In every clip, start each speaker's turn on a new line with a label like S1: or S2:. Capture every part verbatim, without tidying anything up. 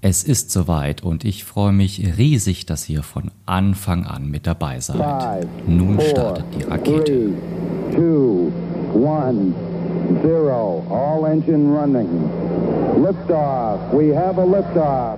S1: Es ist soweit und ich freue mich riesig, dass ihr von Anfang an mit dabei seid.
S2: Five,
S1: Nun
S2: four,
S1: startet die Rakete.
S2: Three, two, one, zero. All engine running. Liftoff. We have a liftoff.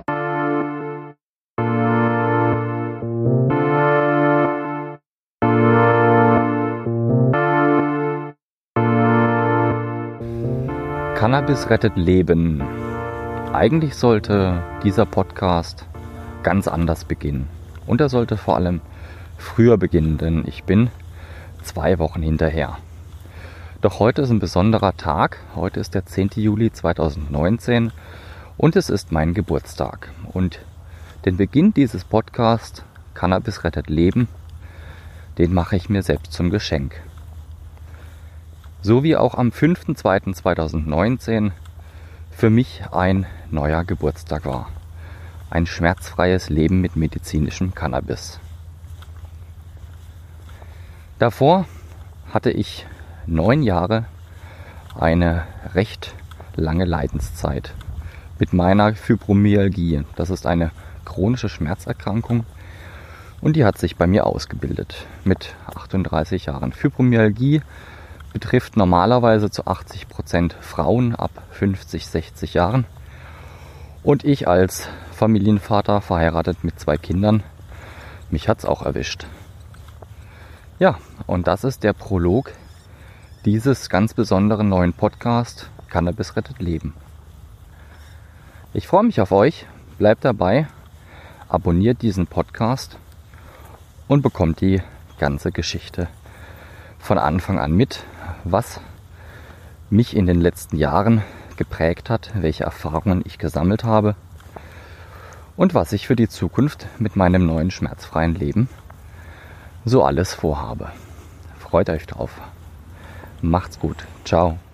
S3: Cannabis rettet Leben. Eigentlich sollte dieser Podcast ganz anders beginnen. Und er sollte vor allem früher beginnen, denn ich bin zwei Wochen hinterher. Doch heute ist ein besonderer Tag. Heute ist der zehnte Juli zweitausendneunzehn und es ist mein Geburtstag. Und den Beginn dieses Podcasts, Cannabis rettet Leben, den mache ich mir selbst zum Geschenk. So wie auch am fünften zweiten zweitausendneunzehn für mich ein neuer Geburtstag war. Ein schmerzfreies Leben mit medizinischem Cannabis. Davor hatte ich neun Jahre eine recht lange Leidenszeit mit meiner Fibromyalgie. Das ist eine chronische Schmerzerkrankung und die hat sich bei mir ausgebildet mit achtunddreißig Jahren. Fibromyalgie betrifft normalerweise zu achtzig Prozent Frauen ab fünfzig, sechzig Jahren. Und ich als Familienvater, verheiratet mit zwei Kindern, mich hat's auch erwischt. Ja, und das ist der Prolog dieses ganz besonderen neuen Podcast Cannabis rettet Leben. Ich freue mich auf euch, bleibt dabei, abonniert diesen Podcast und bekommt die ganze Geschichte von Anfang an mit, was mich in den letzten Jahren geprägt hat, welche Erfahrungen ich gesammelt habe und was ich für die Zukunft mit meinem neuen schmerzfreien Leben so alles vorhabe. Freut euch drauf. Macht's gut. Ciao.